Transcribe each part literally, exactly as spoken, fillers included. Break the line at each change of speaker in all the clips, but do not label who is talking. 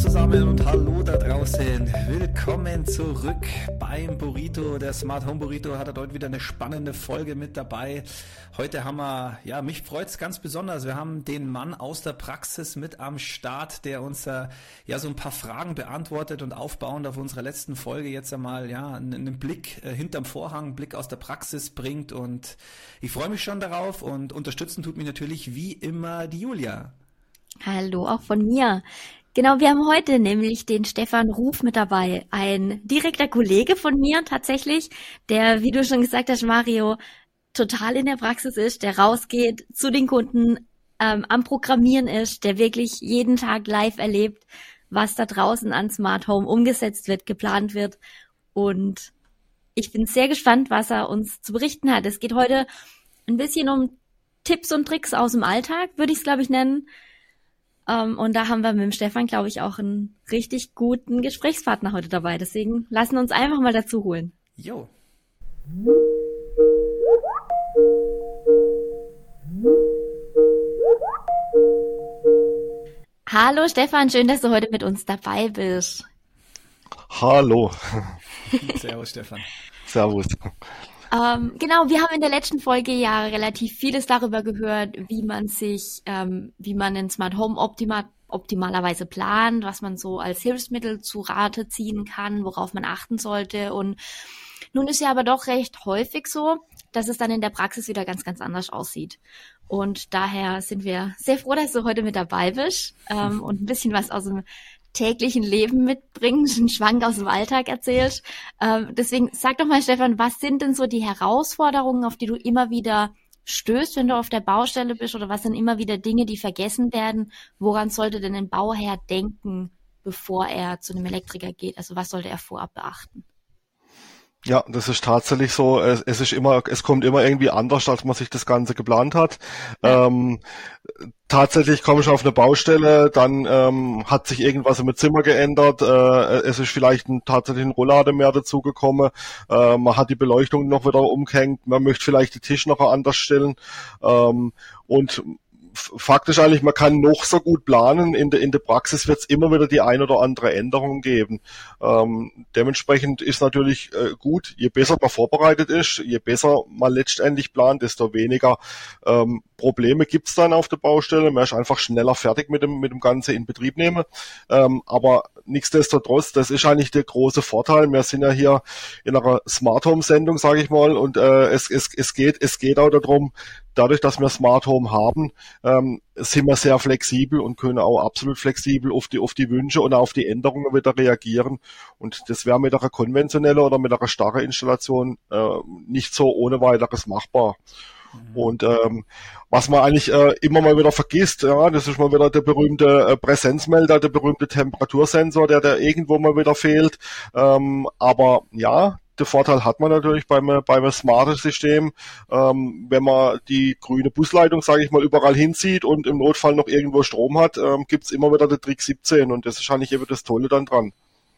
Servus zusammen und hallo da draußen. Willkommen zurück beim Burrito. Der Smart Home Burrito hat heute wieder eine spannende Folge mit dabei. Heute haben wir, ja, mich freut's ganz besonders. Wir haben den Mann aus der Praxis mit am Start, der uns äh, ja so ein paar Fragen beantwortet und aufbauend auf unserer letzten Folge jetzt einmal ja einen, einen Blick äh, hinterm Vorhang, einen Blick aus der Praxis bringt. Und ich freue mich schon darauf und unterstützen tut mich natürlich wie immer die Julia.
Hallo, auch von mir. Genau, wir haben heute nämlich den Stefan Ruf mit dabei, ein direkter Kollege von mir tatsächlich, der, wie du schon gesagt hast, Mario, total in der Praxis ist, der rausgeht, zu den Kunden ähm, am Programmieren ist, der wirklich jeden Tag live erlebt, was da draußen an Smart Home umgesetzt wird, geplant wird. Und ich bin sehr gespannt, was er uns zu berichten hat. Es geht heute ein bisschen um Tipps und Tricks aus dem Alltag, würde ich es, glaube ich, nennen. Um, und da haben wir mit dem Stefan, glaube ich, auch einen richtig guten Gesprächspartner heute dabei. Deswegen lassen wir uns einfach mal dazu holen.
Jo.
Hallo Stefan, schön, dass du heute mit uns dabei bist.
Hallo.
Servus Stefan.
Servus.
Ähm, genau, wir haben in der letzten Folge ja relativ vieles darüber gehört, wie man sich, ähm, wie man ein Smart Home optimal, optimalerweise plant, was man so als Hilfsmittel zu Rate ziehen kann, worauf man achten sollte. Und nun ist ja aber doch recht häufig so, dass es dann in der Praxis wieder ganz, ganz anders aussieht. Und daher sind wir sehr froh, dass du heute mit dabei bist ähm, und ein bisschen was aus dem täglichen Leben mitbringst, einen Schwank aus dem Alltag erzählst. Ähm, deswegen sag doch mal, Stefan, was sind denn so die Herausforderungen, auf die du immer wieder stößt, wenn du auf der Baustelle bist, oder was sind immer wieder Dinge, die vergessen werden? Woran sollte denn ein Bauherr denken, bevor er zu einem Elektriker geht? Also was sollte er vorab beachten?
Ja, das ist tatsächlich so. Es, es ist immer, es kommt immer irgendwie anders, als man sich das Ganze geplant hat. Ja. Ähm, tatsächlich komme ich auf eine Baustelle, dann ähm, hat sich irgendwas im Zimmer geändert. Äh, es ist vielleicht ein, tatsächlich ein Rollladen dazugekommen. Äh, man hat die Beleuchtung noch wieder umgehängt. Man möchte vielleicht den Tisch noch anders stellen. Ähm, und faktisch eigentlich, man kann noch so gut planen, in der in der Praxis wird es immer wieder die ein oder andere Änderung geben. Ähm, dementsprechend ist natürlich äh, gut, je besser man vorbereitet ist, je besser man letztendlich plant, desto weniger ähm, Probleme gibt's dann auf der Baustelle. Man ist einfach schneller fertig mit dem mit dem Ganze in Betrieb nehmen. Ähm, aber nichtsdestotrotz, das ist eigentlich der große Vorteil. Wir sind ja hier in einer Smart Home Sendung, sage ich mal, und äh, es es es geht es geht auch darum, dadurch, dass wir Smart Home haben, ähm, sind wir sehr flexibel und können auch absolut flexibel auf die auf die Wünsche und auf die Änderungen wieder reagieren. Und das wäre mit einer konventionellen oder mit einer starren Installation äh, nicht so ohne weiteres machbar. Mhm. Und ähm, was man eigentlich äh, immer mal wieder vergisst, ja, das ist mal wieder der berühmte äh, Präsenzmelder, der berühmte Temperatursensor, der da irgendwo mal wieder fehlt. Ähm, aber ja, der Vorteil hat man natürlich beim beim smarten System, ähm, wenn man die grüne Busleitung, sage ich mal, überall hinzieht und im Notfall noch irgendwo Strom hat, ähm, gibt's immer wieder den Trick siebzehn und das ist eigentlich eben das Tolle dann dran.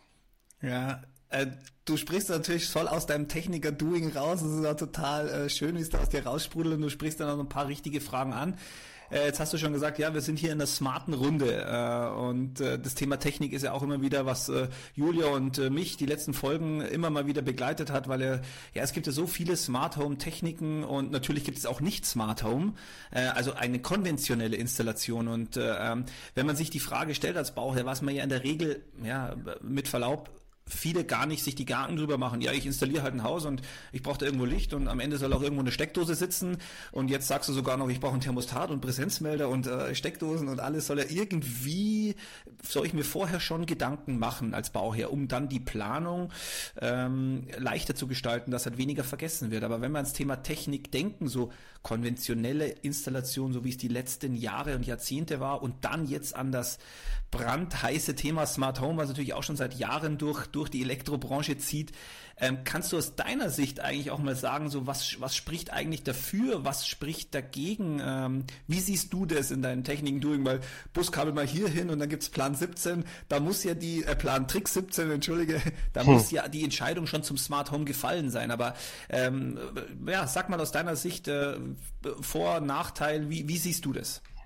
Ja, äh, du sprichst natürlich voll aus deinem Techniker-Doing raus. Es ist ja total äh, schön, wie es da aus dir raussprudelt und du sprichst dann auch noch ein paar richtige Fragen an. Äh, jetzt hast du schon gesagt, ja, wir sind hier in einer smarten Runde äh, und äh, das Thema Technik ist ja auch immer wieder, was äh, Julia und äh, mich die letzten Folgen immer mal wieder begleitet hat, weil äh, ja, es gibt ja so viele Smart Home Techniken und natürlich gibt es auch nicht Smart Home, äh, also eine konventionelle Installation und äh, wenn man sich die Frage stellt als Bauherr, was man ja in der Regel, ja, mit Verlaub, viele gar nicht sich die Gedanken drüber machen. Ja, ich installiere halt ein Haus und ich brauche da irgendwo Licht und am Ende soll auch irgendwo eine Steckdose sitzen und jetzt sagst du sogar noch, ich brauche einen Thermostat und Präsenzmelder und äh, Steckdosen und alles soll ja irgendwie, soll ich mir vorher schon Gedanken machen als Bauherr, um dann die Planung ähm, leichter zu gestalten, dass halt weniger vergessen wird. Aber wenn wir ans Thema Technik denken, so konventionelle Installation, so wie es die letzten Jahre und Jahrzehnte war und dann jetzt an das brandheiße Thema Smart Home, was natürlich auch schon seit Jahren durch durch die Elektrobranche zieht. Ähm, kannst du aus deiner Sicht eigentlich auch mal sagen, so was was spricht eigentlich dafür, was spricht dagegen? Ähm, wie siehst du das in deinen Techniken doing? Weil Buskabel mal hier hin und dann gibt's Plan siebzehn, da muss ja die, äh, Plan Trick siebzehn, entschuldige, da hm. muss ja die Entscheidung schon zum Smart Home gefallen sein. Aber ähm, ja, sag mal aus deiner Sicht äh, Vor-, Nachteil, wie, wie siehst du das?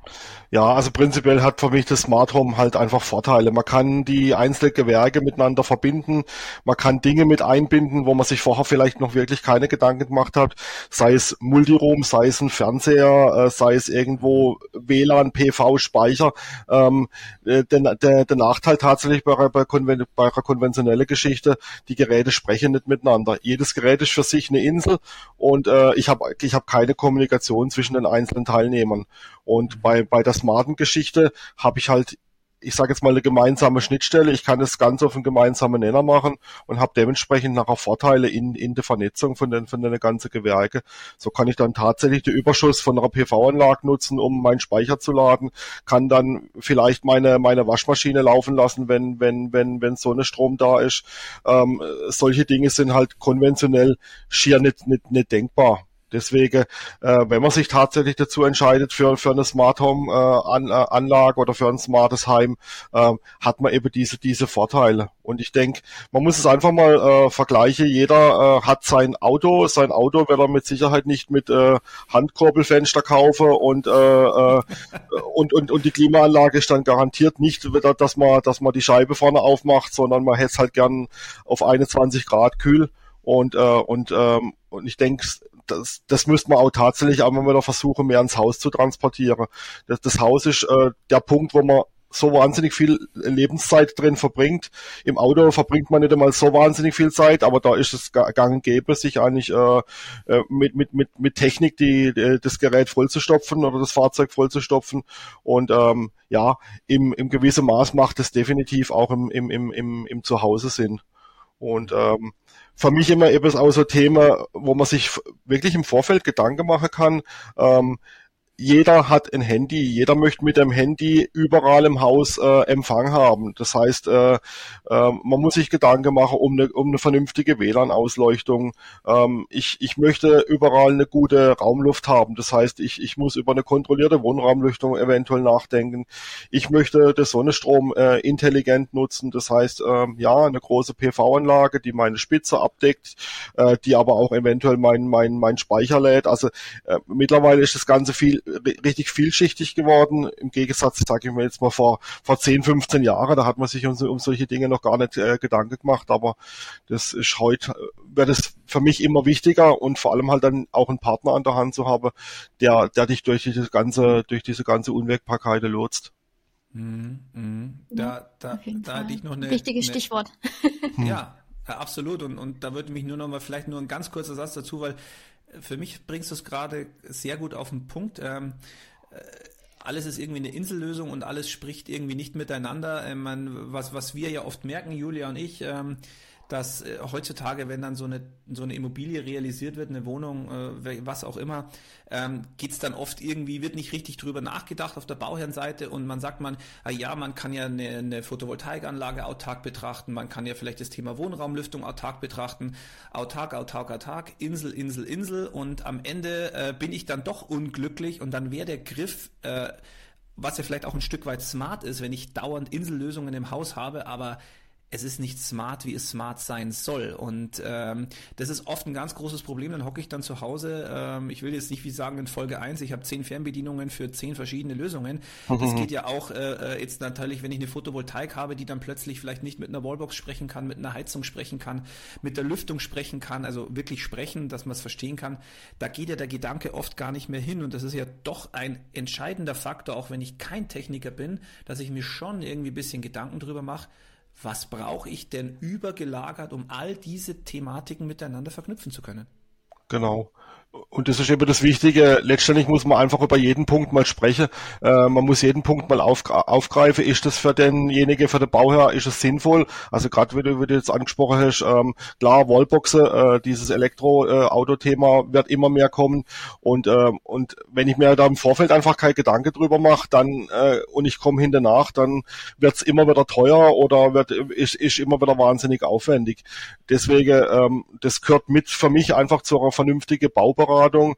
Ja, also prinzipiell hat für mich das Smart Home halt einfach Vorteile. Man kann die einzelnen Gewerke miteinander verbinden, man kann Dinge mit einbinden, wo man sich vorher vielleicht noch wirklich keine Gedanken gemacht hat, sei es Multiroom, sei es ein Fernseher, äh, sei es irgendwo W L A N, P V, Speicher. Ähm, der, der, der Nachteil tatsächlich bei, bei, konven, bei einer konventionellen Geschichte, die Geräte sprechen nicht miteinander. Jedes Gerät ist für sich eine Insel und äh, ich habe ich hab keine Kommunikation zwischen den einzelnen Teilnehmern. Und bei, bei der smarten Geschichte habe ich halt, ich sage jetzt mal, eine gemeinsame Schnittstelle. Ich kann das Ganze auf einen gemeinsamen Nenner machen und habe dementsprechend nachher Vorteile in, in der Vernetzung von den, von den ganzen Gewerke. So kann ich dann tatsächlich den Überschuss von einer P V-Anlage nutzen, um meinen Speicher zu laden, kann dann vielleicht meine, meine Waschmaschine laufen lassen, wenn, wenn, wenn, wenn Sonnenstrom da ist. Ähm, solche Dinge sind halt konventionell schier nicht, nicht, nicht denkbar. Deswegen, äh, wenn man sich tatsächlich dazu entscheidet für für eine Smart Home äh, An, äh, Anlage oder für ein smartes Heim, äh, hat man eben diese diese Vorteile. Und ich denke, man muss es einfach mal äh, vergleichen. Jeder äh, hat sein Auto, sein Auto wird er mit Sicherheit nicht mit äh, Handkurbelfenster kaufen und äh, äh, und und und die Klimaanlage ist dann garantiert nicht, dass man dass man die Scheibe vorne aufmacht, sondern man hätte es halt gern auf einundzwanzig Grad kühl. Und äh, und ähm, und ich denke, das, das müsste man auch tatsächlich auch mal wieder versuchen, mehr ins Haus zu transportieren. Das, das Haus ist äh, der Punkt, wo man so wahnsinnig viel Lebenszeit drin verbringt. Im Auto verbringt man nicht einmal so wahnsinnig viel Zeit, aber da ist es gang und gäbe, sich eigentlich äh, mit mit mit mit Technik die, die das Gerät vollzustopfen oder das Fahrzeug vollzustopfen. Und ähm, ja, im im gewissen Maß macht es definitiv auch im im im im, im Zuhause Sinn. Und ähm, für mich immer eben auch so ein Thema, wo man sich wirklich im Vorfeld Gedanken machen kann. Ähm, jeder hat ein Handy, jeder möchte mit dem Handy überall im Haus äh, Empfang haben. Das heißt, äh, äh, man muss sich Gedanken machen um eine, um eine vernünftige W L A N-Ausleuchtung. Ähm, ich, ich möchte überall eine gute Raumluft haben. Das heißt, ich, ich muss über eine kontrollierte Wohnraumlüftung eventuell nachdenken. Ich möchte den Sonnenstrom äh, intelligent nutzen. Das heißt, äh, ja, eine große P V-Anlage, die meine Spitze abdeckt, äh, die aber auch eventuell mein, mein, mein Speicher lädt. Also äh, mittlerweile ist das Ganze viel richtig vielschichtig geworden, im Gegensatz, sage ich mir jetzt mal, vor vor zehn, fünfzehn Jahren, da hat man sich um, um solche Dinge noch gar nicht äh, Gedanken gemacht, aber das ist heute, wird es für mich immer wichtiger und vor allem halt dann auch einen Partner an der Hand zu haben, der der dich durch diese ganze durch diese ganze Unwägbarkeit lotst.
Mhm, mh. Da, da, da hätte ich noch eine...
Wichtiges
eine,
Stichwort.
Ja, absolut und, und da würde mich nur noch mal vielleicht nur ein ganz kurzer Satz dazu, weil für mich bringst du es gerade sehr gut auf den Punkt. Ähm, äh, alles ist irgendwie eine Insellösung und alles spricht irgendwie nicht miteinander. Ähm, man, was, was wir ja oft merken, Julia und ich, ähm, dass äh, heutzutage, wenn dann so eine so eine Immobilie realisiert wird, eine Wohnung, äh, was auch immer, ähm, geht's dann oft irgendwie, wird nicht richtig drüber nachgedacht auf der Bauherrenseite und man sagt man, ah ja, man kann ja eine, eine Photovoltaikanlage autark betrachten, man kann ja vielleicht das Thema Wohnraumlüftung autark betrachten, autark, autark, autark, Insel, Insel, Insel und am Ende äh, bin ich dann doch unglücklich und dann wäre der Griff, äh, was ja vielleicht auch ein Stück weit smart ist, wenn ich dauernd Insellösungen im Haus habe, aber es ist nicht smart, wie es smart sein soll. Und ähm, das ist oft ein ganz großes Problem. Dann hocke ich dann zu Hause, ähm, ich will jetzt nicht wie sagen in Folge eins, ich habe zehn Fernbedienungen für zehn verschiedene Lösungen. Mhm. Das geht ja auch äh, jetzt natürlich, wenn ich eine Photovoltaik habe, die dann plötzlich vielleicht nicht mit einer Wallbox sprechen kann, mit einer Heizung sprechen kann, mit der Lüftung sprechen kann, also wirklich sprechen, dass man es verstehen kann. Da geht ja der Gedanke oft gar nicht mehr hin. Und das ist ja doch ein entscheidender Faktor, auch wenn ich kein Techniker bin, dass ich mir schon irgendwie ein bisschen Gedanken drüber mache, was brauche ich denn übergelagert, um all diese Thematiken miteinander verknüpfen zu können?
Genau. Und das ist eben das Wichtige. Letztendlich muss man einfach über jeden Punkt mal sprechen. Äh, man muss jeden Punkt mal auf, aufgreifen. Ist das für denjenigen, für den Bauherr, ist es sinnvoll? Also gerade wie du, wie du jetzt angesprochen hast, ähm, klar, Wallboxen, äh, dieses Elektroauto-Thema äh, wird immer mehr kommen. Und äh, und wenn ich mir da im Vorfeld einfach keinen Gedanke drüber mache, dann äh, und ich komme hinter nach, dann wird's immer wieder teuer oder wird ist, ist immer wieder wahnsinnig aufwendig. Deswegen, ähm, das gehört mit für mich einfach zu einer vernünftigen Bauberatung.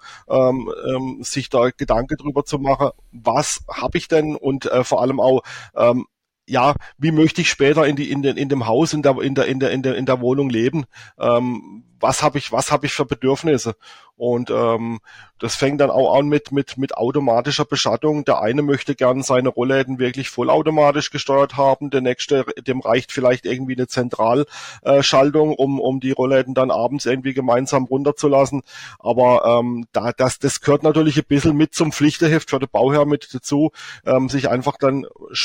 Ähm, ähm, sich da Gedanken drüber zu machen, was habe ich denn und äh, vor allem auch, ähm, ja, wie möchte ich später in die in den in dem Haus in der in der in der in der in der Wohnung leben? Ähm, was habe ich was habe ich für Bedürfnisse? Und ähm, das fängt dann auch an mit mit mit automatischer Beschattung. Der eine möchte gern seine Rollläden wirklich vollautomatisch gesteuert haben, der nächste, dem reicht vielleicht irgendwie eine Zentralschaltung, um um die Rollläden dann abends irgendwie gemeinsam runterzulassen. Aber ähm, da das das gehört natürlich ein bisschen mit zum Pflichteheft für den Bauherr mit dazu, ähm, sich einfach dann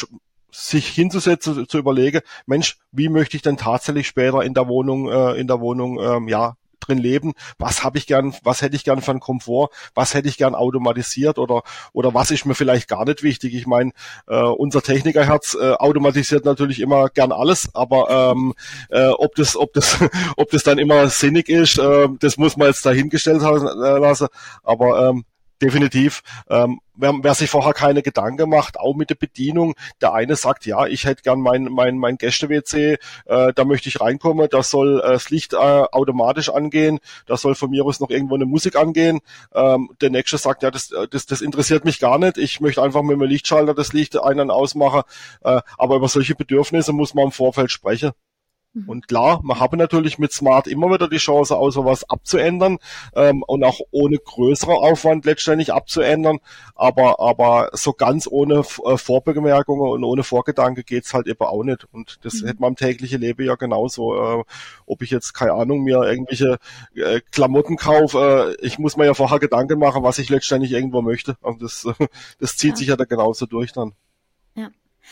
sich hinzusetzen, zu überlegen, Mensch, wie möchte ich denn tatsächlich später in der Wohnung, äh, in der Wohnung, ähm, ja, drin leben? Was habe ich gern, was hätte ich gern für einen Komfort? Was hätte ich gern automatisiert oder oder was ist mir vielleicht gar nicht wichtig? Ich meine, äh, unser Technikerherz äh, automatisiert natürlich immer gern alles, aber ähm, äh, ob das, ob das, ob das dann immer sinnig ist, äh, das muss man jetzt dahingestellt äh, lassen. Aber ähm, definitiv, ähm, wer, wer sich vorher keine Gedanken macht, auch mit der Bedienung, der eine sagt, ja, ich hätte gern mein mein mein Gäste-W C, äh, da möchte ich reinkommen, da soll äh, das Licht äh, automatisch angehen, da soll von mir aus noch irgendwo eine Musik angehen. Ähm, der nächste sagt, ja, das, das das interessiert mich gar nicht, ich möchte einfach mit dem Lichtschalter das Licht ein- und ausmachen, äh, aber über solche Bedürfnisse muss man im Vorfeld sprechen. Und klar, man habe natürlich mit Smart immer wieder die Chance, auch sowas abzuändern ähm, und auch ohne größeren Aufwand letztendlich abzuändern, aber aber so ganz ohne äh, Vorbemerkungen und ohne Vorgedanke geht's halt eben auch nicht. Und das mhm. hätte man im täglichen Leben ja genauso. Äh, ob ich jetzt, keine Ahnung, mir irgendwelche äh, Klamotten kaufe, äh, ich muss mir ja vorher Gedanken machen, was ich letztendlich irgendwo möchte. Und das, das zieht ja. sich ja da genauso durch dann.
Ja.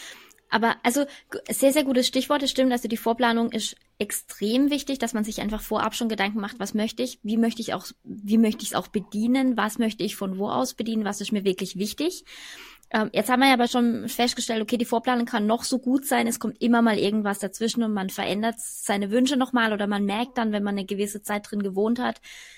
Aber also sehr, sehr gutes Stichwort. Es stimmt, also die Vorplanung ist extrem wichtig, dass man sich einfach vorab schon Gedanken macht, was möchte ich, wie möchte ich auch, wie möchte ich es auch bedienen, was möchte ich von wo aus bedienen, was ist mir wirklich wichtig. Ähm, jetzt haben wir ja aber schon festgestellt, okay, die Vorplanung kann noch so gut sein, es kommt immer mal irgendwas dazwischen und man verändert seine Wünsche nochmal oder man merkt dann, wenn man eine gewisse Zeit drin gewohnt hat,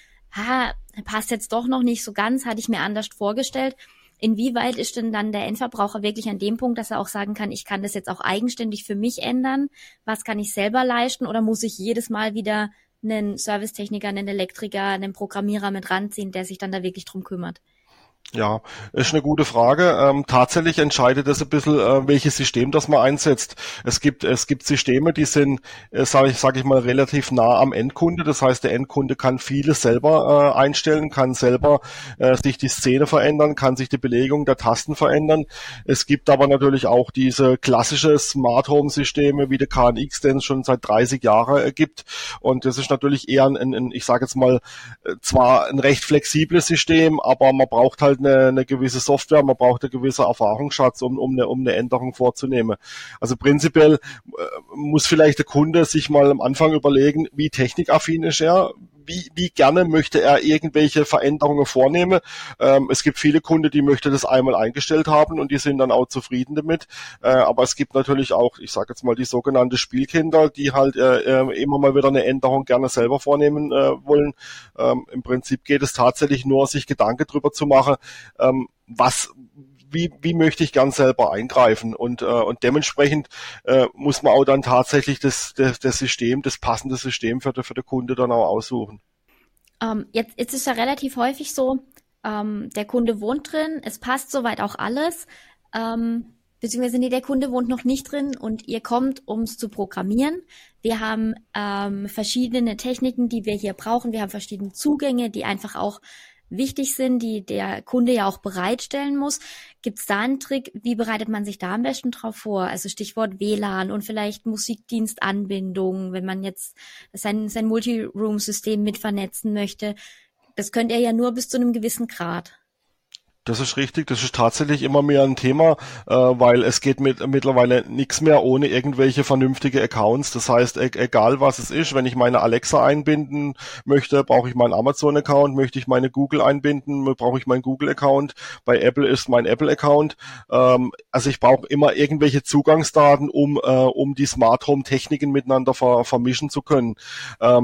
ha, passt jetzt doch noch nicht so ganz, hatte ich mir anders vorgestellt. Inwieweit ist denn dann der Endverbraucher wirklich an dem Punkt, dass er auch sagen kann, ich kann das jetzt auch eigenständig für mich ändern? Was kann ich selber leisten? Oder muss ich jedes Mal wieder einen Servicetechniker, einen Elektriker, einen Programmierer mit ranziehen, der sich dann da wirklich drum kümmert?
Ja, ist eine gute Frage. Ähm, tatsächlich entscheidet es ein bisschen, äh, welches System das man einsetzt. Es gibt es gibt Systeme, die sind, äh, sage ich sage ich mal, relativ nah am Endkunde. Das heißt, der Endkunde kann vieles selber äh, einstellen, kann selber äh, sich die Szene verändern, kann sich die Belegung der Tasten verändern. Es gibt aber natürlich auch diese klassische Smart Home Systeme wie der K N X, den es schon seit dreißig Jahren äh, gibt. Und das ist natürlich eher ein, ein ich sage jetzt mal, äh, zwar ein recht flexibles System, aber man braucht halt Eine, eine gewisse Software, man braucht einen gewissen Erfahrungsschatz, um, um, eine, um eine Änderung vorzunehmen. Also prinzipiell äh, muss vielleicht der Kunde sich mal am Anfang überlegen, wie technikaffin ist er, wie, wie gerne möchte er irgendwelche Veränderungen vornehmen. Ähm, es gibt viele Kunden, die möchten das einmal eingestellt haben und die sind dann auch zufrieden damit. Äh, aber es gibt natürlich auch, ich sage jetzt mal, die sogenannte Spielkinder, die halt äh, immer mal wieder eine Änderung gerne selber vornehmen äh, wollen. Ähm, im Prinzip geht es tatsächlich nur, sich Gedanken drüber zu machen, ähm, was Wie, wie möchte ich gern selber eingreifen und äh, und dementsprechend äh, muss man auch dann tatsächlich das, das das System, das passende System für den für den Kunde dann auch aussuchen.
Ähm, jetzt, jetzt ist ja relativ häufig so, ähm, der Kunde wohnt drin, es passt soweit auch alles, ähm, beziehungsweise nee, der Kunde wohnt noch nicht drin und ihr kommt, um es zu programmieren. Wir haben ähm, verschiedene Techniken, die wir hier brauchen. Wir haben verschiedene Zugänge, die einfach auch wichtig sind, die der Kunde ja auch bereitstellen muss. Gibt es da einen Trick? Wie bereitet man sich da am besten drauf vor? Also Stichwort W L A N und vielleicht Musikdienstanbindung, wenn man jetzt sein, sein Multiroom-System mit vernetzen möchte. Das könnt ihr ja nur bis zu einem gewissen Grad.
Das ist richtig, das ist tatsächlich immer mehr ein Thema, äh, weil es geht mit, mittlerweile nichts mehr ohne irgendwelche vernünftige Accounts. Das heißt, e- egal was es ist, wenn ich meine Alexa einbinden möchte, brauche ich meinen Amazon-Account, möchte ich meine Google einbinden, brauche ich meinen Google-Account, bei Apple ist mein Apple-Account. Ähm, also ich brauche immer irgendwelche Zugangsdaten, um, äh, um die Smart Home-Techniken miteinander ver- vermischen zu können. Ähm,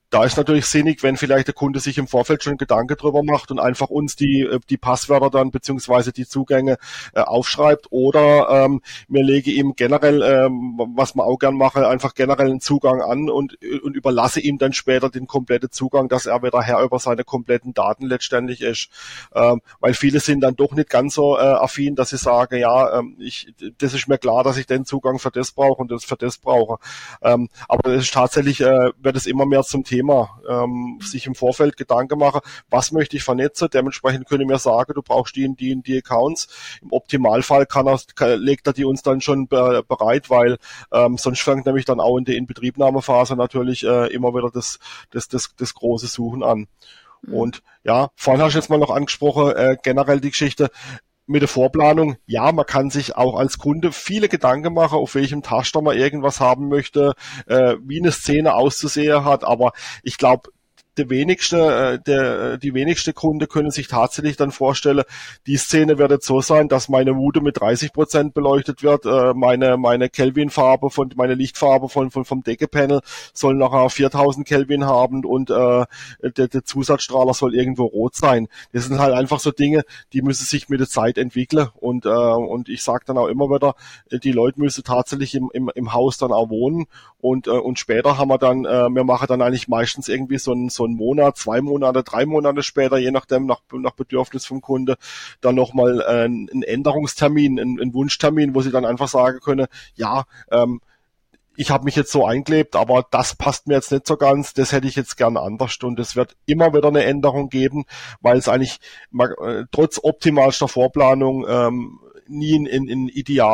da ist natürlich sinnig, wenn vielleicht der Kunde sich im Vorfeld schon Gedanken drüber macht und einfach uns die die Passwörter dann beziehungsweise die Zugänge äh, aufschreibt, oder ähm, mir lege ihm generell, ähm, was man auch gern mache, einfach generell einen Zugang an und und überlasse ihm dann später den kompletten Zugang, dass er wieder Herr über seine kompletten Daten letztendlich ist, ähm, weil viele sind dann doch nicht ganz so äh, affin, dass sie sagen, ja, ähm, ich, das ist mir klar, dass ich den Zugang für das brauche und das für das brauche, ähm, aber das ist tatsächlich, äh, wird es immer mehr zum Thema. Thema, ähm, sich im Vorfeld Gedanken machen, was möchte ich vernetzen, dementsprechend können wir sagen, du brauchst die und die und die Accounts. Im Optimalfall kann er, kann, legt er die uns dann schon be- bereit, weil ähm, sonst fängt nämlich dann auch in der Inbetriebnahmephase natürlich äh, immer wieder das, das, das, das große Suchen an. Mhm. Und ja, vorhin hast du jetzt mal noch angesprochen, äh, generell die Geschichte, mit der Vorplanung, ja, man kann sich auch als Kunde viele Gedanken machen, auf welchem Taster man irgendwas haben möchte, äh, wie eine Szene auszusehen hat, aber ich glaube, der wenigste, der, die wenigste Kunde können sich tatsächlich dann vorstellen, die Szene wird jetzt so sein, dass meine Mute mit dreißig Prozent beleuchtet wird, meine, meine Kelvin-Farbe von, meine Lichtfarbe von, von, vom Deckepanel soll nachher viertausend Kelvin haben und äh, der, der Zusatzstrahler soll irgendwo rot sein. Das sind halt einfach so Dinge, die müssen sich mit der Zeit entwickeln und, äh, und ich sage dann auch immer wieder, die Leute müssen tatsächlich im, im, im Haus dann auch wohnen und, äh, und später haben wir dann, äh, wir machen dann eigentlich meistens irgendwie so ein, so ein Monat, zwei Monate, drei Monate später, je nachdem, nach, nach Bedürfnis vom Kunde, dann nochmal äh, einen Änderungstermin, einen, einen Wunschtermin, wo sie dann einfach sagen können, ja, ähm, ich habe mich jetzt so eingelebt, aber das passt mir jetzt nicht so ganz, das hätte ich jetzt gerne anders, und es wird immer wieder eine Änderung geben, weil es eigentlich äh, trotz optimalster Vorplanung ähm, nie in, in, in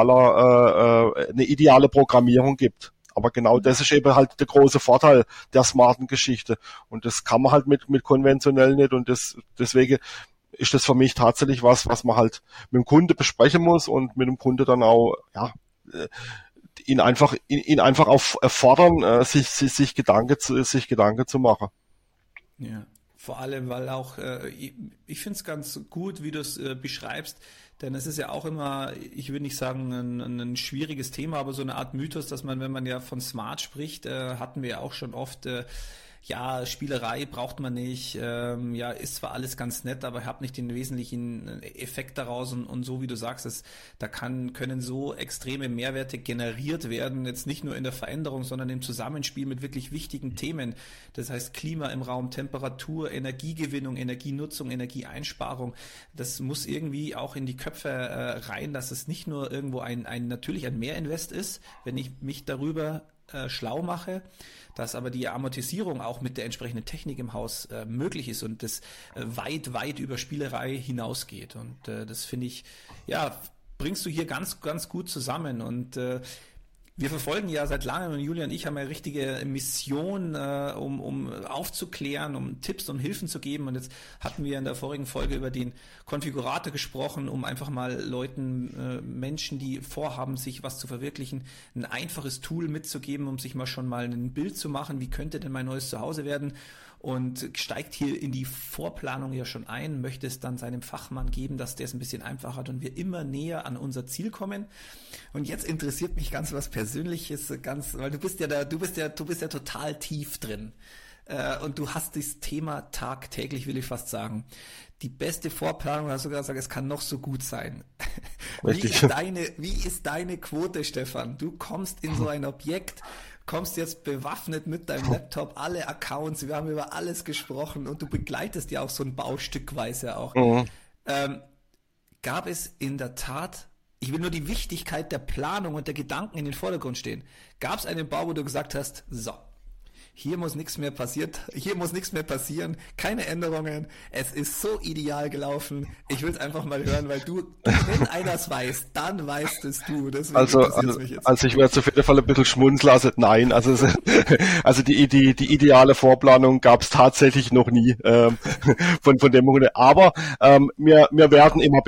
idealer, äh, eine ideale Programmierung gibt. Aber genau das ist eben halt der große Vorteil der smarten Geschichte. Und das kann man halt mit, mit konventionell nicht. Und das, deswegen ist das für mich tatsächlich was, was man halt mit dem Kunde besprechen muss und mit dem Kunde dann auch, ja, ihn einfach, ihn einfach auf fordern, sich, sich, sich Gedanken zu, sich Gedanken zu machen.
Ja. Vor allem, weil auch, äh, ich, ich finde es ganz gut, wie du es äh, beschreibst, denn es ist ja auch immer, ich würde nicht sagen ein, ein schwieriges Thema, aber so eine Art Mythos, dass man, wenn man ja von Smart spricht, äh, hatten wir ja auch schon oft, äh, ja, Spielerei braucht man nicht, ähm, ja, ist zwar alles ganz nett, aber hat nicht den wesentlichen Effekt daraus, und, und so wie du sagst, es, da kann, können so extreme Mehrwerte generiert werden, jetzt nicht nur in der Veränderung, sondern im Zusammenspiel mit wirklich wichtigen Themen, das heißt Klima im Raum, Temperatur, Energiegewinnung, Energienutzung, Energieeinsparung, das muss irgendwie auch in die Köpfe äh, rein, dass es nicht nur irgendwo ein, ein natürlich ein Mehrinvest ist, wenn ich mich darüber äh, schlau mache, dass aber die Amortisierung auch mit der entsprechenden Technik im Haus äh, möglich ist und das äh, weit, weit über Spielerei hinausgeht. Und äh, das finde ich, ja, bringst du hier ganz, ganz gut zusammen. Und äh, wir verfolgen ja seit langem, und Julia und ich haben eine richtige Mission, äh, um, um aufzuklären, um Tipps und Hilfen zu geben. Und jetzt hatten wir in der vorigen Folge über den Konfigurator gesprochen, um einfach mal Leuten, äh, Menschen, die vorhaben, sich was zu verwirklichen, ein einfaches Tool mitzugeben, um sich mal schon mal ein Bild zu machen, wie könnte denn mein neues Zuhause werden. Und steigt hier in die Vorplanung ja schon ein, möchte es dann seinem Fachmann geben, dass der es ein bisschen einfacher hat und wir immer näher an unser Ziel kommen. Und jetzt interessiert mich ganz was Persönliches, ganz, weil du bist ja da, du bist ja, du bist ja total tief drin. Äh, und du hast dieses Thema tagtäglich, will ich fast sagen. Die beste Vorplanung, hast du sogar gesagt, es kann noch so gut sein. Wie ist deine, wie ist deine Quote, Stefan? Du kommst in so ein Objekt, kommst jetzt bewaffnet mit deinem Laptop, alle Accounts, wir haben über alles gesprochen und du begleitest ja auch so ein Baustückweise auch. Mhm. Ähm, gab es in der Tat, ich will nur die Wichtigkeit der Planung und der Gedanken in den Vordergrund stehen, gab es einen Bau, wo du gesagt hast, so, hier muss nichts mehr passiert, hier muss nichts mehr passieren, keine Änderungen, es ist so ideal gelaufen, ich will es einfach mal hören, weil du, wenn einer es weiß, dann weißt es du. Deswegen
also, also, mich jetzt. Also ich werde auf jeden Fall ein bisschen schmunzeln, also nein, also, also die, die, die ideale Vorplanung gab es tatsächlich noch nie, ähm, von, von dem Grunde, aber ähm, wir, wir werden immer besser,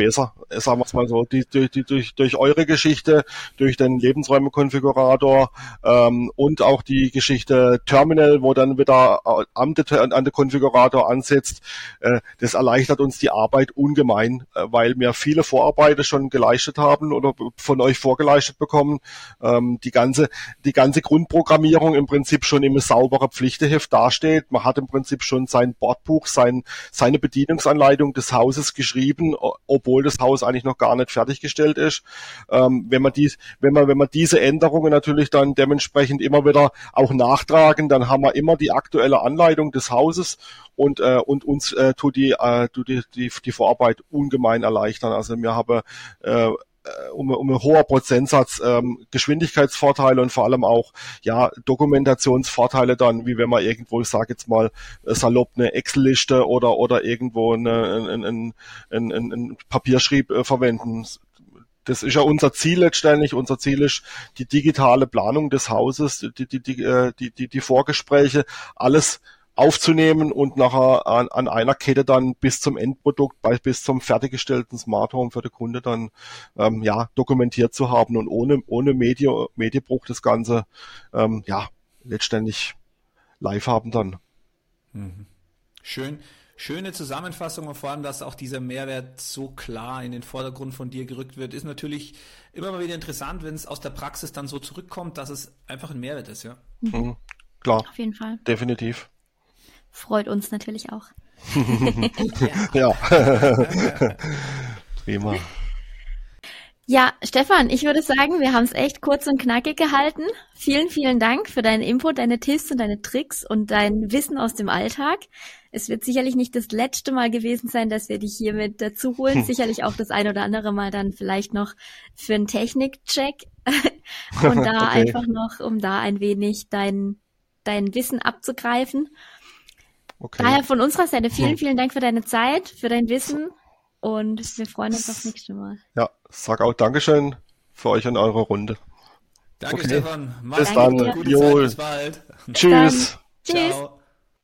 sagen wir es mal so, die, durch, die, durch, durch eure Geschichte, durch den Lebensräume-Konfigurator ähm, und auch die Geschichte Terminal, wo dann wieder an der, an der Konfigurator ansetzt, äh, das erleichtert uns die Arbeit ungemein, äh, weil wir viele Vorarbeiten schon geleistet haben oder von euch vorgeleistet bekommen. Ähm, die ganze, die ganze Grundprogrammierung im Prinzip schon im sauberen Pflichteheft dasteht. Man hat im Prinzip schon sein Bordbuch, sein, seine Bedienungsanleitung des Hauses geschrieben, obwohl das Haus eigentlich noch gar nicht fertiggestellt ist. Ähm, wenn man dies, wenn man, wenn man diese Änderungen natürlich dann dementsprechend immer wieder auch nachtragen, dann haben wir immer die aktuelle Anleitung des Hauses und äh, und uns äh, tut die äh, tut die, die die Vorarbeit ungemein erleichtern. Also wir haben äh, um, um einen hoher Prozentsatz ähm, Geschwindigkeitsvorteile und vor allem auch ja Dokumentationsvorteile dann, wie wenn man irgendwo, ich sage jetzt mal salopp eine Excel-Liste oder oder irgendwo eine, ein, ein, ein, ein, ein Papierschrieb äh, verwenden. Das ist ja unser Ziel letztendlich. Unser Ziel ist die digitale Planung des Hauses, die die die die die, die Vorgespräche, alles aufzunehmen und nachher an, an einer Kette dann bis zum Endprodukt, bis zum fertiggestellten Smart Home für den Kunde dann ähm, ja dokumentiert zu haben und ohne ohne Medi Medienbruch das Ganze ähm, ja letztendlich live haben dann.
Mhm. Schön. Schöne Zusammenfassung und vor allem, dass auch dieser Mehrwert so klar in den Vordergrund von dir gerückt wird, ist natürlich immer mal wieder interessant, wenn es aus der Praxis dann so zurückkommt, dass es einfach ein Mehrwert ist, ja.
Mhm. Klar.
Auf jeden Fall.
Definitiv.
Freut uns natürlich auch.
Ja. Prima.
Ja, Stefan, ich würde sagen, wir haben es echt kurz und knackig gehalten. Vielen, vielen Dank für deinen Input, deine Tipps und deine Tricks und dein Wissen aus dem Alltag. Es wird sicherlich nicht das letzte Mal gewesen sein, dass wir dich hier mit dazu holen. Hm. Sicherlich auch das ein oder andere Mal dann vielleicht noch für einen Technikcheck. Und da okay. einfach noch, um da ein wenig dein, dein Wissen abzugreifen. Okay. Daher von unserer Seite vielen, vielen Dank für deine Zeit, für dein Wissen und wir freuen uns aufs nächste Mal.
Ja, sag auch Dankeschön für euch und eure Runde.
Danke,
okay.
Stefan.
Mach's bis dann.
Gute Zeit, bis bald.
Tschüss.
Tschüss.
Ciao.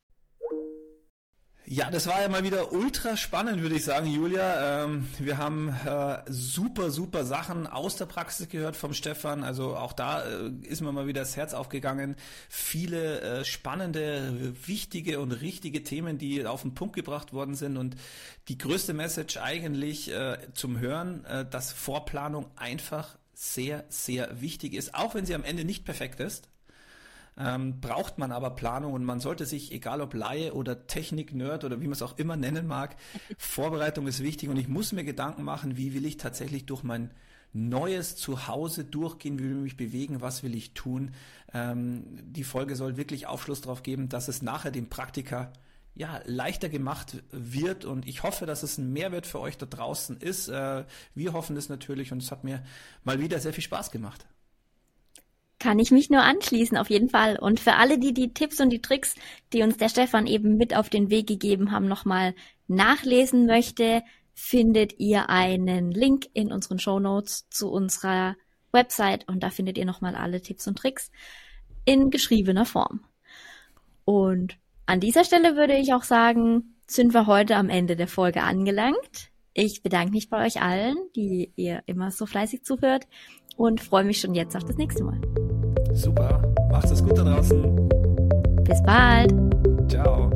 Ja, das war ja mal wieder ultra spannend, würde ich sagen, Julia. Ähm, wir haben äh, super, super Sachen aus der Praxis gehört vom Stefan. Also auch da äh, ist mir mal wieder das Herz aufgegangen. Viele äh, spannende, wichtige und richtige Themen, die auf den Punkt gebracht worden sind. Und die größte Message eigentlich äh, zum Hören, äh, dass Vorplanung einfach sehr, sehr wichtig ist, auch wenn sie am Ende nicht perfekt ist. Ähm, braucht man aber Planung und man sollte sich, egal ob Laie oder Technik-Nerd oder wie man es auch immer nennen mag, Vorbereitung ist wichtig und ich muss mir Gedanken machen, wie will ich tatsächlich durch mein neues Zuhause durchgehen, wie will ich mich bewegen, was will ich tun. Ähm, die Folge soll wirklich Aufschluss darauf geben, dass es nachher dem Praktiker ja leichter gemacht wird und ich hoffe, dass es ein Mehrwert für euch da draußen ist. Äh, wir hoffen es natürlich und es hat mir mal wieder sehr viel Spaß gemacht.
Kann ich mich nur anschließen, auf jeden Fall. Und für alle, die die Tipps und die Tricks, die uns der Stefan eben mit auf den Weg gegeben haben, nochmal nachlesen möchte, findet ihr einen Link in unseren Shownotes zu unserer Website und da findet ihr nochmal alle Tipps und Tricks in geschriebener Form. Und an dieser Stelle würde ich auch sagen, sind wir heute am Ende der Folge angelangt. Ich bedanke mich bei euch allen, die ihr immer so fleißig zuhört und freue mich schon jetzt auf das nächste Mal.
Super, macht es gut da draußen.
Bis bald.
Ciao.